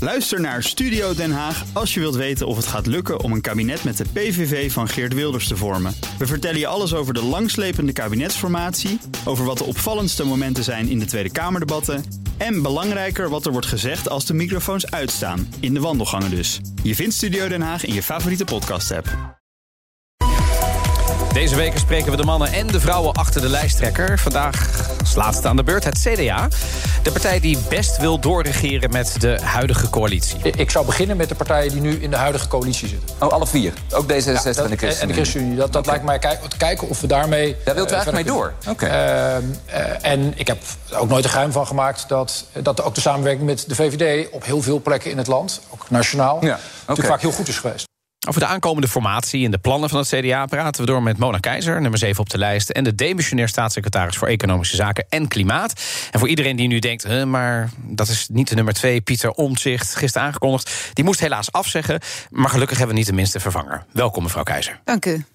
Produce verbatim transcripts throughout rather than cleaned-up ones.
Luister naar Studio Den Haag als je wilt weten of het gaat lukken om een kabinet met de P V V van Geert Wilders te vormen. We vertellen je alles over de langslepende kabinetsformatie, over wat de opvallendste momenten zijn in de Tweede Kamerdebatten en belangrijker wat er wordt gezegd als de microfoons uitstaan, in de wandelgangen dus. Je vindt Studio Den Haag in je favoriete podcast-app. Deze weken spreken we de mannen en de vrouwen achter de lijsttrekker. Vandaag als laatste aan de beurt het C D A. De partij die best wil doorregeren met de huidige coalitie. Ik zou beginnen met de partijen die nu in de huidige coalitie zitten. Oh, alle vier? Ook D zesenzestig ja, dat, en de ChristenUnie? En de ChristenUnie. Dat, dat okay. lijkt mij kijk, te kijken of we daarmee... Daar wilt u uh, eigenlijk mee door? Oké. Okay. Uh, uh, en ik heb er ook nooit een geheim van gemaakt... dat, dat ook de samenwerking met de V V D op heel veel plekken in het land... ook nationaal, ja, okay. natuurlijk vaak heel goed is geweest. Over de aankomende formatie en de plannen van het C D A praten we door met Mona Keizer, nummer zeven op de lijst, en de demissionair staatssecretaris voor Economische Zaken en Klimaat. En voor iedereen die nu denkt, huh, maar dat is niet de nummer twee, Pieter Omtzigt, gisteren aangekondigd. Die moest helaas afzeggen, maar gelukkig hebben we niet de minste vervanger. Welkom, mevrouw Keizer. Dank u.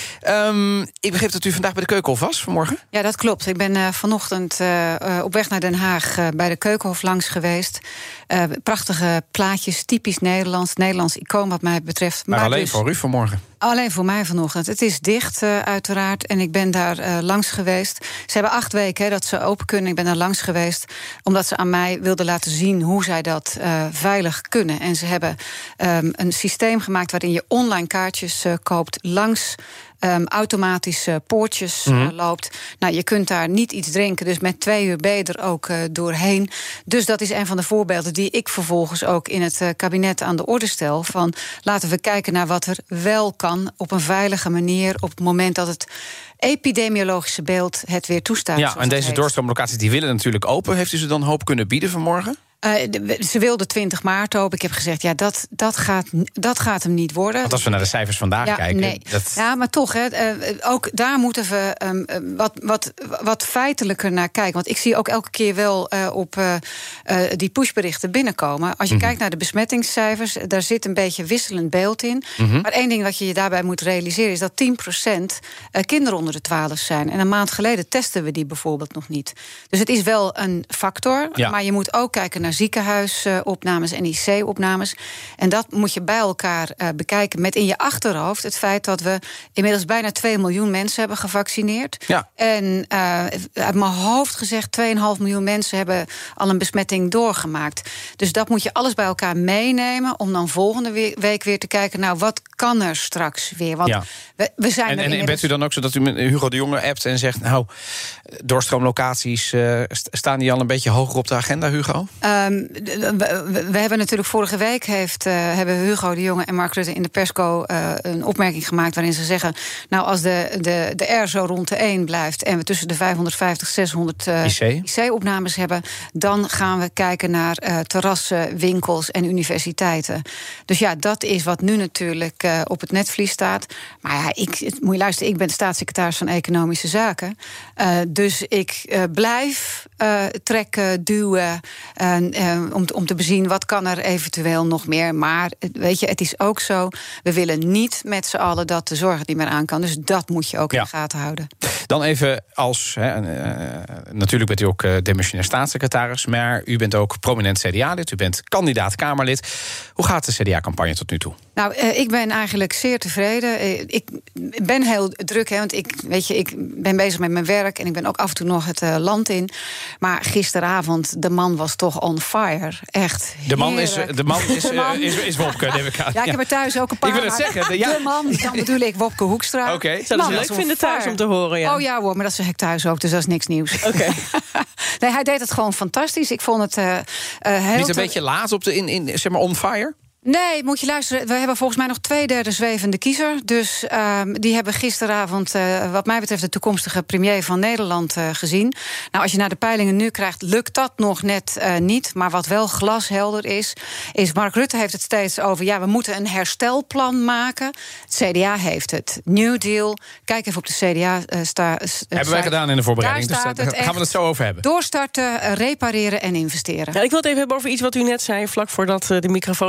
Um, ik begreep dat u vandaag bij de Keukenhof was, vanmorgen? Ja, dat klopt. Ik ben uh, vanochtend uh, uh, op weg naar Den Haag uh, bij de Keukenhof langs geweest. Uh, prachtige plaatjes, typisch Nederlands, Nederlands icoon wat mij betreft. Maar, maar alleen dus, voor u vanmorgen? Alleen voor mij vanochtend. Het is dicht, uh, uiteraard, en ik ben daar uh, langs geweest. Ze hebben acht weken hè, dat ze open kunnen. Ik ben daar langs geweest, omdat ze aan mij wilden laten zien hoe zij dat uh, veilig kunnen. En ze hebben um, een systeem gemaakt waarin je online kaartjes uh, koopt langs Um, automatische poortjes uh, mm-hmm. loopt. Nou, je kunt daar niet iets drinken, dus met twee uur ben je er ook uh, doorheen. Dus dat is een van de voorbeelden die ik vervolgens ook in het uh, kabinet aan de orde stel. Van laten we kijken naar wat er wel kan op een veilige manier op het moment dat het epidemiologische beeld het weer toestaat. Ja, en deze doorstroomlocaties die willen natuurlijk open. Heeft u ze dan hoop kunnen bieden vanmorgen? Uh, de, ze wilde twintig maart open. Ik heb gezegd, ja, dat, dat, gaat, dat gaat hem niet worden. Want als we naar de cijfers vandaag ja, kijken... Nee. Dat... Ja, maar toch, hè, uh, ook daar moeten we um, wat, wat, wat feitelijker naar kijken. Want ik zie ook elke keer wel uh, op uh, uh, die pushberichten binnenkomen. Als je mm-hmm. kijkt naar de besmettingscijfers, daar zit een beetje wisselend beeld in. Mm-hmm. Maar één ding wat je je daarbij moet realiseren is dat tien procent uh, kinderen onder de twaalf zijn. En een maand geleden testen we die bijvoorbeeld nog niet. Dus het is wel een factor, ja. maar je moet ook kijken naar naar ziekenhuisopnames en I C-opnames. En dat moet je bij elkaar uh, bekijken met in je achterhoofd het feit dat we inmiddels bijna twee miljoen mensen hebben gevaccineerd. Ja. En uh, uit mijn hoofd gezegd twee komma vijf miljoen mensen hebben al een besmetting doorgemaakt. Dus dat moet je alles bij elkaar meenemen om dan volgende week weer te kijken, nou, wat kan er straks weer? Want ja. we, we zijn en, er en inmiddels... bent u dan ook zo dat u met Hugo de Jonge appt en zegt, nou, doorstroomlocaties, uh, staan die al een beetje hoger op de agenda, Hugo? Um, we, we, we hebben natuurlijk vorige week heeft, uh, hebben Hugo de Jonge en Mark Rutte in de persco uh, een opmerking gemaakt waarin ze zeggen, nou, als de, de, de R zo rond de één blijft en we tussen de vijfhonderdvijftig, zeshonderd uh, I C-opnames hebben, dan gaan we kijken naar uh, terrassen, winkels en universiteiten. Dus ja, dat is wat nu natuurlijk uh, op het netvlies staat. Maar ja, ik, het, moet je luisteren, ik ben staatssecretaris van Economische Zaken. Uh, dus ik uh, blijf uh, trekken, duwen, uh, uh, om, om te bezien wat kan er eventueel nog meer. Maar weet je, het is ook zo, we willen niet met z'n allen dat de zorg het niet meer aan kan. Dus dat moet je ook ja. in de gaten houden. Dan even als, hè, uh, natuurlijk bent u ook uh, demissionair staatssecretaris, maar u bent ook prominent C D A-lid, u bent kandidaat Kamerlid. Hoe gaat de C D A-campagne tot nu toe? Nou, uh, ik ben eigenlijk zeer tevreden. Uh, ik ben heel druk, hè, want ik, weet je, ik ben bezig met mijn werk en ik ben ook af en toe nog het uh, land in. Maar gisteravond, de man was toch on fire. Echt. De man is, de man is, de man. Uh, is, is Wopke, neem ik aan. Ja, ik heb er thuis ook een paar. Ik wil het zeggen. De, ja. de man, dan bedoel ik Wopke Hoekstra. Oké. Okay. Zou het leuk vinden thuis om te horen, ja. Oh ja hoor, maar dat zeg ik thuis ook, dus dat is niks nieuws. Oké. Okay. Nee, hij deed het gewoon fantastisch. Ik vond het uh, uh, heel... Niet een beetje laat op de, in, in, zeg maar, on fire? Nee, moet je luisteren. We hebben volgens mij nog twee derde zwevende kiezer. Dus uh, die hebben gisteravond, uh, wat mij betreft, de toekomstige premier van Nederland uh, gezien. Nou, als je naar de peilingen nu krijgt, lukt dat nog net uh, niet. Maar wat wel glashelder is, is Mark Rutte heeft het steeds over, ja, we moeten een herstelplan maken. Het C D A heeft het. New Deal. Kijk even op de C D A. Uh, sta, uh, hebben wij gedaan in de voorbereiding. Daar, dus, daar gaan we het zo over hebben. Doorstarten, uh, repareren en investeren. Ja, ik wil het even hebben over iets wat u net zei, vlak voordat uh, de microfoons aangingen.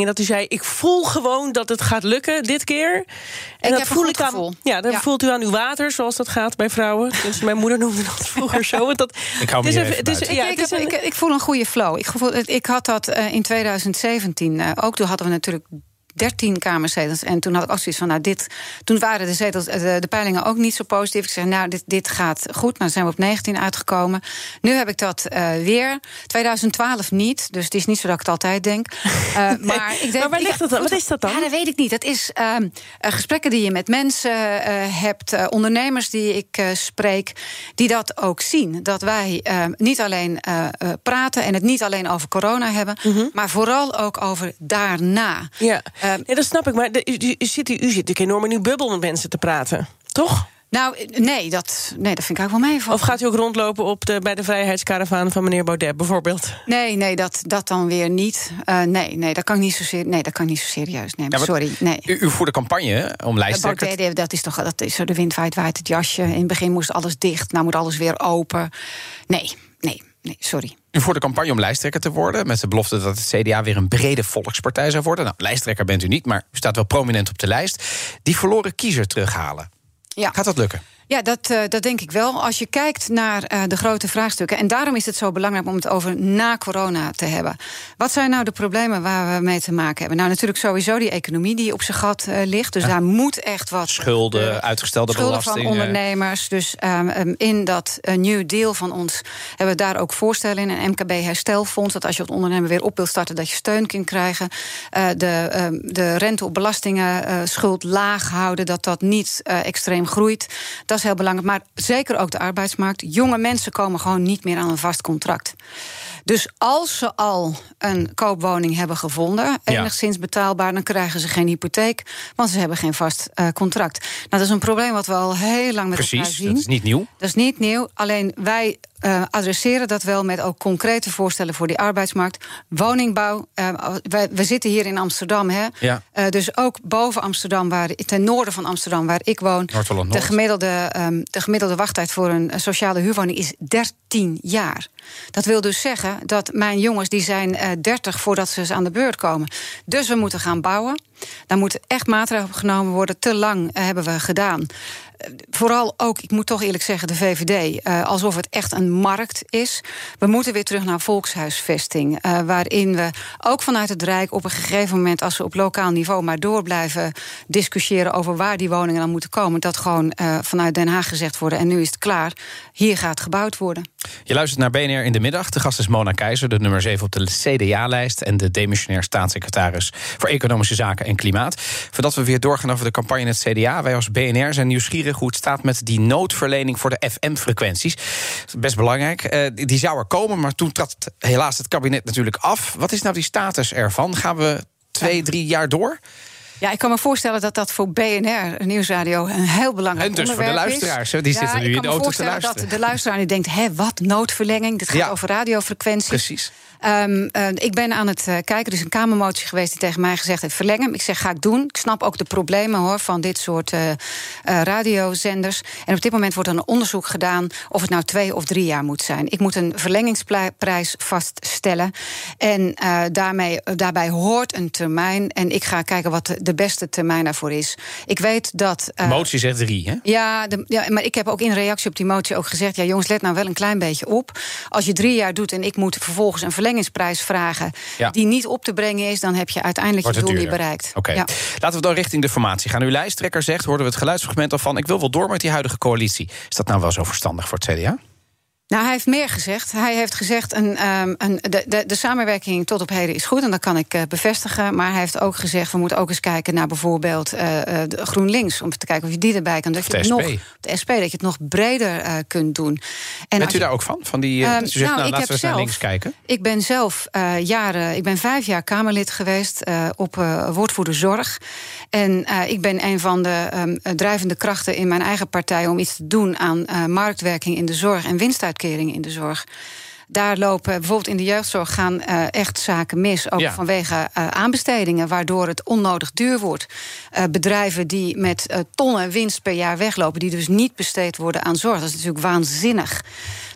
peilingen dat u zei... ik voel gewoon dat het gaat lukken dit keer. En ik dat heb voel een ik goed aan, gevoel. Ja, dan ja. voelt u aan uw water, zoals dat gaat bij vrouwen. Dus mijn moeder noemde dat vroeger zo. Want dat, ik hou me het is hier even, even het is, buiten. ja, ik, het is ik, een, ik, ik voel een goede flow. Ik, gevoel, ik had dat uh, in twintig zeventien uh, ook. Toen hadden we natuurlijk dertien kamerzetels. En toen had ik ook zoiets van, nou, dit... Toen waren de, zetels, de, de peilingen ook niet zo positief. Ik zei, nou, dit, dit gaat goed. Nou, dan zijn we op negentien uitgekomen. Nu heb ik dat uh, weer. twintig twaalf niet. Dus het is niet zo dat ik het altijd denk. Uh, nee, maar ik denk, maar waar ik, ligt dat dan? Wat is dat dan? Ja, dat weet ik niet. Dat is uh, uh, gesprekken die je met mensen uh, hebt. Uh, ondernemers die ik uh, spreek. Die dat ook zien. Dat wij uh, niet alleen uh, uh, praten. En het niet alleen over corona hebben. Mm-hmm. Maar vooral ook over daarna. Ja. Uh, nee, dat snap ik, maar de, u, u, zit, u zit natuurlijk enorm in uw bubbel met mensen te praten, toch? Nou, nee, dat, nee, dat vind ik ook wel meevallen. Of gaat u ook rondlopen op de, bij de vrijheidskaravaan van meneer Baudet, bijvoorbeeld? Nee, nee, dat, dat dan weer niet. Uh, nee, nee, dat kan ik niet zo, ser- nee, dat kan ik niet zo serieus nemen. Ja, sorry, nee. U, u voerde campagne om lijsttrekker... Uh, Baudet, dat is toch, dat is zo, de wind waait, waait het jasje. In het begin moest alles dicht, nou moet alles weer open. Nee, nee, nee, sorry. U voerde campagne om lijsttrekker te worden... met de belofte dat het C D A weer een brede volkspartij zou worden. Nou, lijsttrekker bent u niet, maar u staat wel prominent op de lijst. Die verloren kiezer terughalen. Ja. Gaat dat lukken? Ja, dat, uh, dat denk ik wel. Als je kijkt naar uh, de grote vraagstukken... en daarom is het zo belangrijk om het over na corona te hebben. Wat zijn nou de problemen waar we mee te maken hebben? Nou, natuurlijk sowieso die economie die op zijn gat uh, ligt. Dus ja. daar moet echt wat... Schulden, uh, uitgestelde schulden belastingen. Schulden van ondernemers. Dus um, um, in dat uh, New Deal van ons hebben we daar ook voorstellen in. Een M K B-herstelfonds, dat als je het ondernemen weer op wil starten... dat je steun kunt krijgen. Uh, de, um, de rente op belastingen, uh, schuld laag houden... dat dat niet uh, extreem groeit. Dat is heel belangrijk, maar zeker ook de arbeidsmarkt. Jonge mensen komen gewoon niet meer aan een vast contract. Dus als ze al een koopwoning hebben gevonden, enigszins ja. betaalbaar, dan krijgen ze geen hypotheek, want ze hebben geen vast uh, contract. Nou, dat is een probleem wat we al heel lang met Precies, elkaar zien. Dat is niet nieuw. Dat is niet nieuw, alleen wij uh, adresseren dat wel met ook concrete voorstellen voor die arbeidsmarkt. Woningbouw, uh, we, we zitten hier in Amsterdam, hè? Ja. Uh, dus ook boven Amsterdam, waar, ten noorden van Amsterdam, waar ik woon, Noord-Holland-Noord. De gemiddelde, um, de gemiddelde wachttijd voor een sociale huurwoning is dertien jaar. Dat wil dus zeggen dat mijn jongens die zijn uh, dertig voordat ze aan de beurt komen. Dus we moeten gaan bouwen. Daar moeten echt maatregelen genomen worden. Te lang uh, hebben we gedaan. Uh, vooral ook, ik moet toch eerlijk zeggen, de V V D. Uh, alsof het echt een markt is. We moeten weer terug naar volkshuisvesting. Uh, waarin we ook vanuit het Rijk op een gegeven moment, als we op lokaal niveau maar door blijven discussiëren over waar die woningen dan moeten komen, dat gewoon uh, vanuit Den Haag gezegd worden. En nu is het klaar. Hier gaat gebouwd worden. Je luistert naar B N R in de middag. De gast is Mona Keizer, de nummer zeven op de C D A-lijst... en de demissionair staatssecretaris voor Economische Zaken en Klimaat. Voordat we weer doorgaan over de campagne in het C D A... wij als B N R zijn nieuwsgierig hoe het staat met die noodverlening voor de F M-frequenties. Best belangrijk. Uh, die zou er komen, maar toen trad helaas het kabinet natuurlijk af. Wat is nou die status ervan? Gaan we twee, drie jaar door? Ja, ik kan me voorstellen dat dat voor B N R, Nieuwsradio, een heel belangrijk en dus onderwerp voor de luisteraars, hè, die ja, zitten nu in de auto te luisteren. Ik kan me voorstellen dat de luisteraar nu denkt, hé, wat, noodverlenging? Dit gaat ja. over radiofrequenties. Precies. Um, uh, ik ben aan het uh, kijken, er is een Kamermotie geweest die tegen mij gezegd heeft, verlengen hem. Ik zeg, ga ik doen. Ik snap ook de problemen hoor van dit soort uh, uh, radiozenders. En op dit moment wordt er een onderzoek gedaan of het nou twee of drie jaar moet zijn. Ik moet een verlengingsprijs vaststellen. En uh, daarmee, uh, daarbij hoort een termijn. En ik ga kijken wat de, de beste termijn daarvoor is. Ik weet dat... Uh, de motie zegt drie, hè? Ja, de, ja, maar ik heb ook in reactie op die motie ook gezegd, ja jongens, let nou wel een klein beetje op. Als je drie jaar doet en ik moet vervolgens een verlengingsprijs vragen ja. die niet op te brengen is, dan heb je uiteindelijk je doel duurder. niet bereikt. Oké, okay. ja. Laten we dan richting de formatie gaan. Uw lijsttrekker zegt, hoorden we het geluidsfragment al van, ik wil wel door met die huidige coalitie. Is dat nou wel zo verstandig voor het C D A? Nou, hij heeft meer gezegd. Hij heeft gezegd, een, um, een, de, de, de samenwerking tot op heden is goed, en dat kan ik uh, bevestigen. Maar hij heeft ook gezegd, we moeten ook eens kijken naar bijvoorbeeld uh, de GroenLinks, om te kijken of je die erbij kan. Dat je de het S P. Nog, de S P, dat je het nog breder uh, kunt doen. En Bent u je, daar ook van? Van die, uh, um, u zegt, nou, nou laten we eens naar links kijken. Ik ben zelf uh, jaren, ik ben vijf jaar Kamerlid geweest uh, op uh, woordvoerder zorg. En uh, ik ben een van de um, drijvende krachten in mijn eigen partij om iets te doen aan uh, marktwerking in de zorg en winstuitkeringen in de zorg. Daar lopen bijvoorbeeld in de jeugdzorg gaan uh, echt zaken mis. Ook ja. vanwege uh, aanbestedingen, waardoor het onnodig duur wordt. Uh, bedrijven die met uh, tonnen winst per jaar weglopen, die dus niet besteed worden aan zorg. Dat is natuurlijk waanzinnig.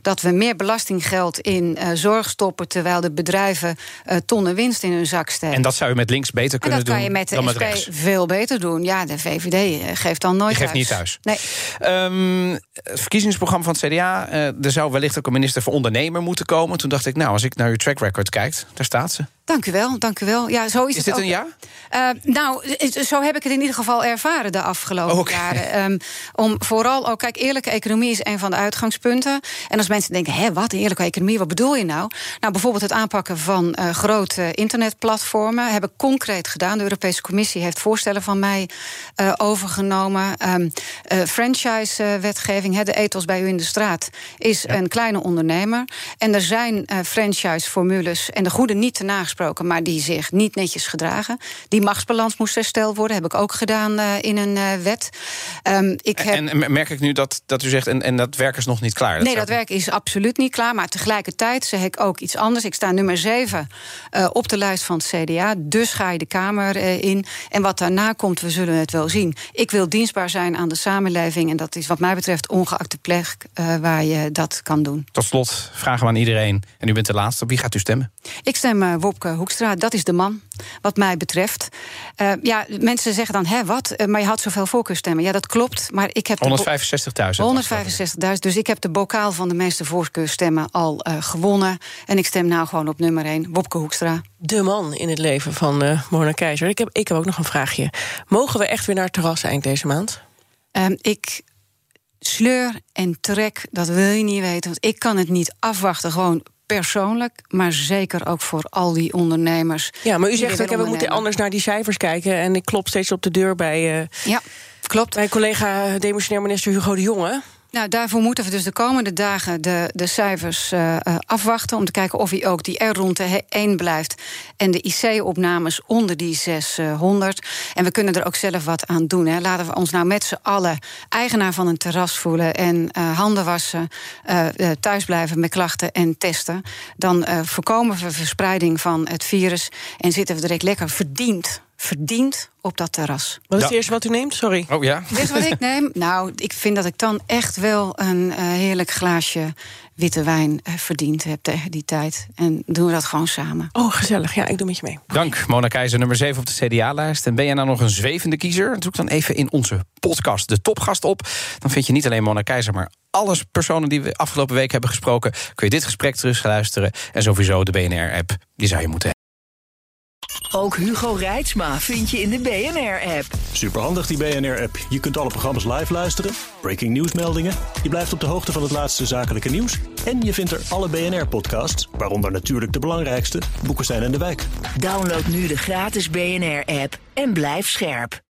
dat we meer belastinggeld in uh, zorg stoppen, terwijl de bedrijven uh, tonnen winst in hun zak steken. En dat zou je met links beter kunnen doen dan met rechts? En dat kan je met de S P veel beter doen. Ja, de V V D geeft dan nooit thuis. Die geeft thuis. niet thuis. Nee. Um, het verkiezingsprogramma van het C D A, uh, er zou wellicht ook een minister voor ondernemer moeten komen. Toen dacht ik, nou, als ik naar uw track record kijk, daar staat ze. Dank u wel, dank u wel. Ja, zo is, is het dit ook. een ja? Uh, nou, zo heb ik het in ieder geval ervaren de afgelopen oh, okay. jaren. Um, om vooral ook, kijk, eerlijke economie is een van de uitgangspunten. En als mensen denken, hé, wat, eerlijke economie, wat bedoel je nou? Nou, bijvoorbeeld het aanpakken van uh, grote internetplatformen heb ik concreet gedaan. De Europese Commissie heeft voorstellen van mij uh, overgenomen. Um, uh, franchise-wetgeving, uh, de ethos bij u in de straat, is ja. een kleine ondernemer. En er zijn uh, franchise-formules, en de goede niet te nagesproken, maar die zich niet netjes gedragen. Die machtsbalans moest hersteld worden, heb ik ook gedaan uh, in een uh, wet. Um, ik heb... En, en merk ik nu dat, dat u zegt, en, en dat werk is nog niet klaar? Dat nee, dat werk is absoluut niet klaar. Maar tegelijkertijd zeg ik ook iets anders. Ik sta nummer zeven uh, op de lijst van het C D A. Dus ga je de Kamer uh, in. En wat daarna komt, we zullen het wel zien. Ik wil dienstbaar zijn aan de samenleving. En dat is wat mij betreft ongeachte plek uh, waar je dat kan doen. Tot slot vragen we aan iedereen. En u bent de laatste. Op wie gaat u stemmen? Ik stem uh, Wopke Hoekstra. Dat is de man, wat mij betreft. Uh, ja, mensen zeggen dan, hè, wat? Uh, maar je had zoveel voorkeurstemmen. Ja, dat klopt. Maar ik heb honderdvijfenzestigduizend. honderdvijfenzestigduizend. Dus ik heb de bokaal van de meeste voorkeurstemmen al uh, gewonnen. En ik stem nou gewoon op nummer één, Wopke Hoekstra. De man in het leven van uh, Mona Keizer. Ik heb, ik heb ook nog een vraagje. Mogen we echt weer naar het terras eind deze maand? Um, ik sleur en trek, dat wil je niet weten. Want ik kan het niet afwachten, gewoon persoonlijk, maar zeker ook voor al die ondernemers. Ja, maar u zegt ook, we moeten anders naar die cijfers kijken. En ik klop steeds op de deur bij, uh, ja, klopt. bij collega demissionair minister Hugo de Jonge. Nou, daarvoor moeten we dus de komende dagen de, de cijfers uh, afwachten, om te kijken of hij ook die R rond de één blijft en de I C-opnames onder die zeshonderd. En we kunnen er ook zelf wat aan doen. Hè. Laten we ons nou met z'n allen eigenaar van een terras voelen en uh, handen wassen, uh, thuis blijven met klachten en testen. Dan uh, voorkomen we verspreiding van het virus en zitten we direct lekker verdiend. Verdiend op dat terras. Wat is het ja. eerste wat u neemt? Sorry. Oh ja. Dit is wat ik neem. Nou, ik vind dat ik dan echt wel een uh, heerlijk glaasje witte wijn uh, verdiend heb tegen die tijd. En doen we dat gewoon samen. Oh, gezellig. Ja, ik doe met je mee. Dank, Mona Keizer, nummer zeven op de C D A-lijst. En ben je nou nog een zwevende kiezer? Zoek dan even in onze podcast De Topgast op. Dan vind je niet alleen Mona Keizer, maar alle personen die we afgelopen week hebben gesproken. Kun je dit gesprek terugluisteren. En sowieso de B N R-app, die zou je moeten hebben. Ook Hugo Reitsma vind je in de B N R-app. Superhandig die B N R-app. Je kunt alle programma's live luisteren, breaking nieuwsmeldingen. Je blijft op de hoogte van het laatste zakelijke nieuws. En je vindt er alle B N R-podcasts, waaronder natuurlijk de belangrijkste, Boeken zijn in de wijk. Download nu de gratis B N R-app en blijf scherp.